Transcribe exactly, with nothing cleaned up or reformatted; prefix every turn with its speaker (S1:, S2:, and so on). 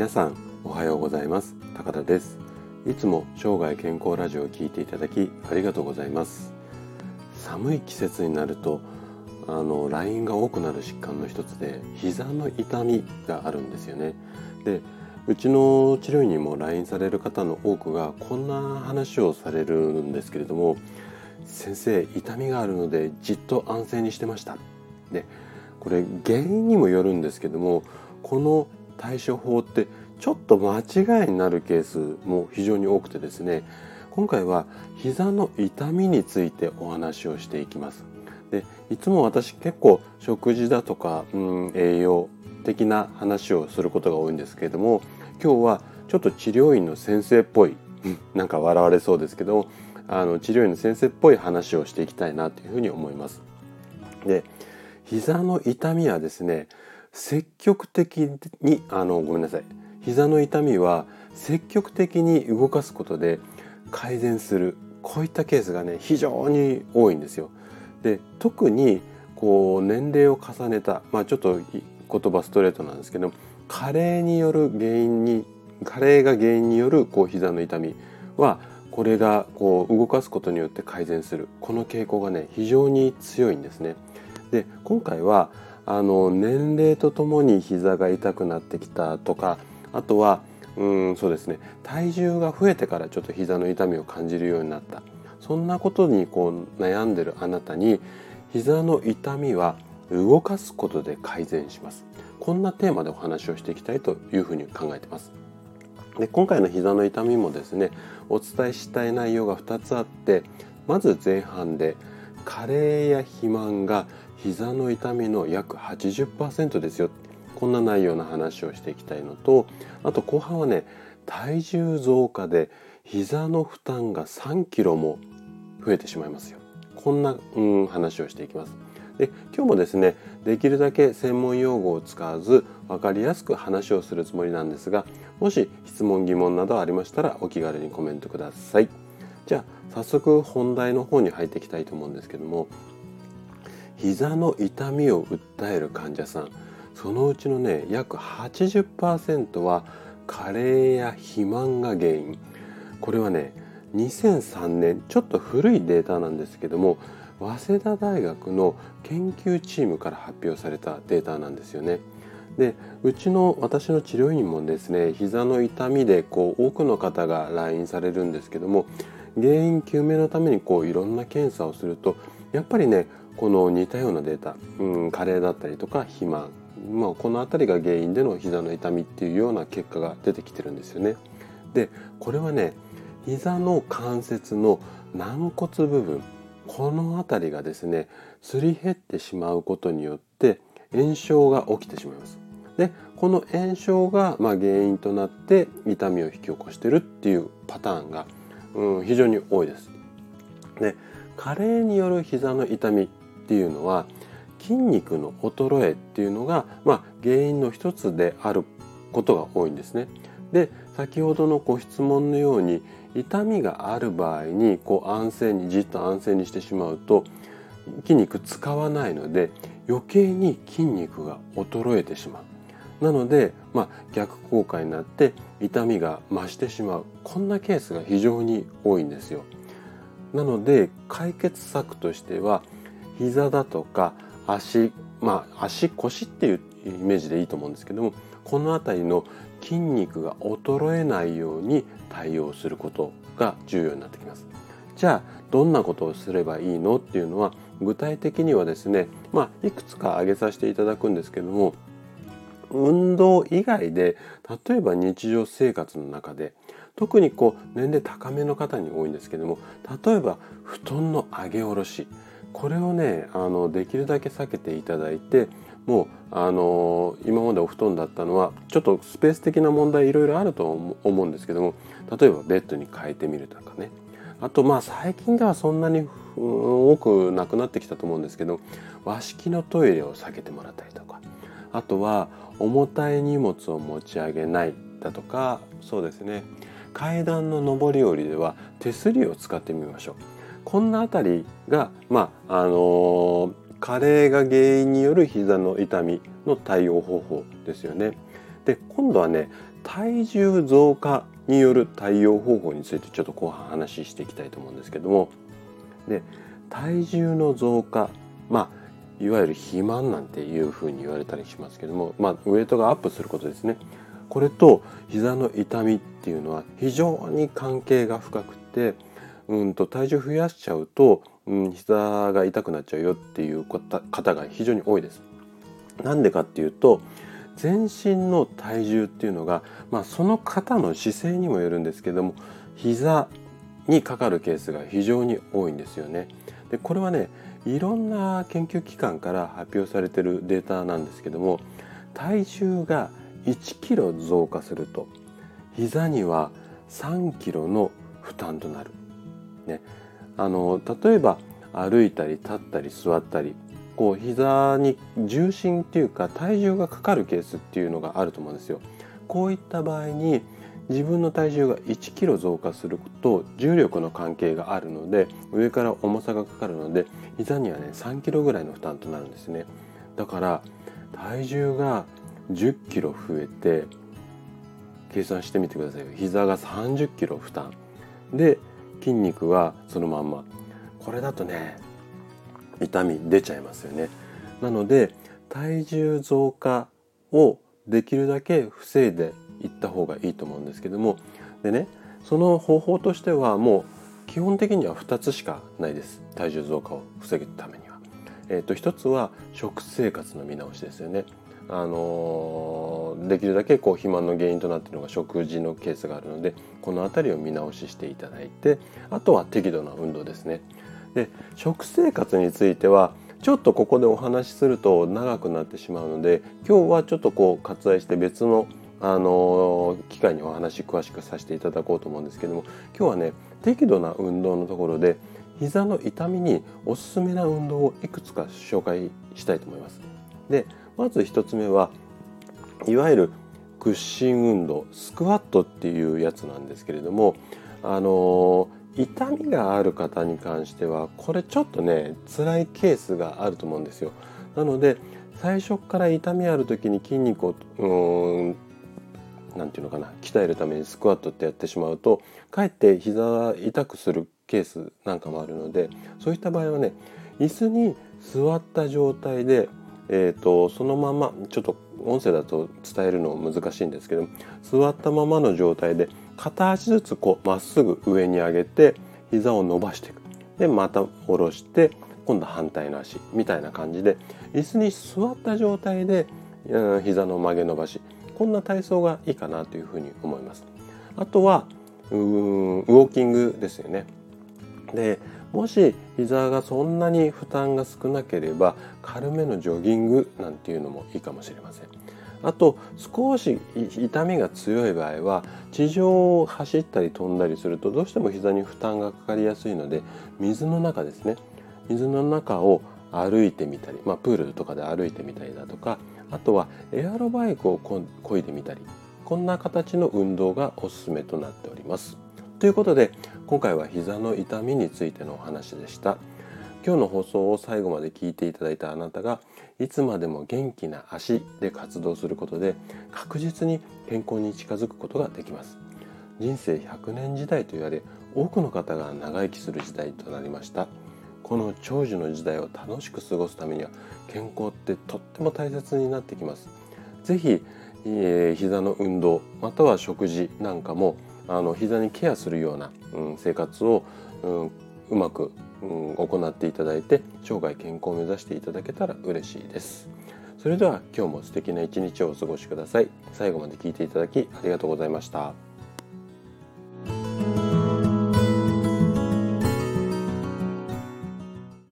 S1: 皆さんおはようございます。高田です。いつも生涯健康ラジオを聞いていただきありがとうございます。寒い季節になるとあのラインが多くなる疾患の一つで膝の痛みがあるんですよね。でうちの治療院にも来院される方の多くがこんな話をされるんですけれども、先生痛みがあるのでじっと安静にしてました。でこれ原因にもよるんですけども、この対処法ってちょっと間違いになるケースも非常に多くてですね、今回は膝の痛みについてお話をしていきます。でいつも私結構食事だとか、うん、栄養的な話をすることが多いんですけれども、今日はちょっと治療院の先生っぽいなんか笑われそうですけど、あの治療院の先生っぽい話をしていきたいなというふうに思います。で膝の痛みはですね、積極的にあのごめんなさい膝の痛みは積極的に動かすことで改善する、こういったケースがね非常に多いんですよ。で特にこう年齢を重ねた、まあちょっと言葉ストレートなんですけど、加齢による原因に加齢が原因によるこう膝の痛みは、これがこう動かすことによって改善する、この傾向がね非常に強いんですね。で今回はあの年齢とともに膝が痛くなってきたとか、あとはうんそうですね体重が増えてからちょっと膝の痛みを感じるようになった、そんなことにこう悩んでるあなたに、膝の痛みは動かすことで改善します、こんなテーマでお話をしていきたいというふうに考えています。で今回の膝の痛みもですね、お伝えしたい内容がふたつあって、まず前半で加齢や肥満が膝の痛みの約 はちじゅっパーセント ですよ、こんな内容の話をしていきたいのと、あと後半はね、体重増加で膝の負担がさんキロも増えてしまいますよ、こんな、うん、話をしていきます。で今日もですね、できるだけ専門用語を使わず分かりやすく話をするつもりなんですが、もし質問疑問などありましたらお気軽にコメントください。じゃあ早速本題の方に入っていきたいと思うんですけども、膝の痛みを訴える患者さん、そのうちのね約 はちじゅっパーセント は加齢や肥満が原因。これはねにせんさんねん、ちょっと古いデータなんですけども、早稲田大学の研究チームから発表されたデータなんですよね。でうちの私の治療院もですね、膝の痛みでこう多くの方が来院されるんですけども、原因究明のためにこういろんな検査をすると、やっぱりねこの似たようなデータ、うん、加齢だったりとか肥満、まあ、この辺りが原因での膝の痛みっていうような結果が出てきてるんですよね。でこれはね、膝の関節の軟骨部分、この辺りがですねすり減ってしまうことによって炎症が起きてしまいます。でこの炎症がまあ原因となって痛みを引き起こしているっていうパターンが、うん、非常に多いです。で加齢による膝の痛みっていうのは筋肉の衰えっていうのが、まあ、原因の一つであることが多いんですね。で先ほどのご質問のように痛みがある場合にこう安静にじっと安静にしてしまうと筋肉使わないので余計に筋肉が衰えてしまう。なので、まあ、逆効果になって痛みが増してしまう、こんなケースが非常に多いんですよ。なので解決策としては膝だとか足、まあ足腰っていうイメージでいいと思うんですけども、この辺りの筋肉が衰えないように対応することが重要になってきます。じゃあどんなことをすればいいのっていうのは、具体的にはですね、まあいくつか挙げさせていただくんですけども、運動以外で例えば日常生活の中で、特にこう年齢高めの方に多いんですけども、例えば布団の上げ下ろし、これをねあのできるだけ避けていただいて、もうあの今までお布団だったのはちょっとスペース的な問題いろいろあると思うんですけども、例えばベッドに変えてみるとかね、あとまあ最近ではそんなに多くなくなってきたと思うんですけど、和式のトイレを避けてもらったりとか、あとは重たい荷物を持ち上げないだとか、そうですね、階段の上り下りでは手すりを使ってみましょう。こんなあたりが、まああのー、加齢が原因による膝の痛みの対応方法ですよね。で今度はね、 体重増加による対応方法についてちょっと後半話していきたいと思うんですけども、で体重の増加、まあいわゆる肥満なんていうふうに言われたりしますけども、まあ、ウエイトがアップすることですね。これと膝の痛みっていうのは非常に関係が深くて、うんと体重増やしちゃうと、うん、膝が痛くなっちゃうよっていう方が非常に多いです。なんでかっていうと、全身の体重っていうのが、まあ、その方の姿勢にもよるんですけども、膝にかかるケースが非常に多いんですよね。でこれはね、いろんな研究機関から発表されているデータなんですけども、体重がいちキロ増加すると膝にはさんキロの負担となる、ね、あの例えば歩いたり立ったり座ったり、こう膝に重心っていうか体重がかかるケースっていうのがあると思うんですよ。こういった場合に自分の体重がいちキロ増加すると重力の関係があるので、上から重さがかかるので膝にはねさんキロぐらいの負担となるんですね。だから体重がじゅっキロ増えて、計算してみてくださいよ。膝がさんじゅっキロ負担で筋肉はそのまんま。これだとね痛み出ちゃいますよね。なので体重増加をできるだけ防いでいった方がいいと思うんですけども、でね、その方法としてはもう基本的にはふたつしかないです。体重増加を防ぐためには、えーと、ひとつは食生活の見直しですよね。あのー、できるだけこう肥満の原因となっているのが食事のケースがあるので、このあたりを見直ししていただいて、あとは適度な運動ですね。で食生活についてはちょっとここでお話しすると長くなってしまうので、今日はちょっとこう割愛して別の、あのー、機会にお話詳しくさせていただこうと思うんですけども、今日はね適度な運動のところで膝の痛みにおすすめな運動をいくつか紹介したいと思います。でまず一つ目はいわゆる屈伸運動、スクワットっていうやつなんですけれども、あのー、痛みがある方に関してはこれちょっとね辛いケースがあると思うんですよ。なので最初から痛みある時に筋肉をうーんなんていうのかな鍛えるためにスクワットってやってしまうとかえって膝痛くするケースなんかもあるので、そういった場合はね椅子に座った状態でえーと、そのままちょっと音声だと伝えるの難しいんですけど、座ったままの状態で片足ずつこうまっすぐ上に上げて膝を伸ばしていく。でまた下ろして今度反対の足みたいな感じで椅子に座った状態で、うん、膝の曲げ伸ばし、こんな体操がいいかなというふうに思います。あとはうーんウォーキングですよね。でもし膝がそんなに負担が少なければ軽めのジョギングなんていうのもいいかもしれません。あと少し痛みが強い場合は地上を走ったり飛んだりするとどうしても膝に負担がかかりやすいので、水の中ですね、水の中を歩いてみたり、まあ、プールとかで歩いてみたりだとか、あとはエアロバイクをこいでみたり、こんな形の運動がおすすめとなっております。ということで今回は膝の痛みについてのお話でした。今日の放送を最後まで聞いていただいたあなたがいつまでも元気な足で活動することで確実に健康に近づくことができます。人生ひゃくねん時代と言われ多くの方が長生きする時代となりました。この長寿の時代を楽しく過ごすためには健康ってとっても大切になってきます。ぜひ、えー、膝の運動または食事なんかもあの膝にケアするような、うん、生活を、うん、うまく、うん、行っていただいて生涯健康を目指していただけたら嬉しいです。それでは今日も素敵な一日をお過ごしください。最後まで聞いていただきありがとうございました。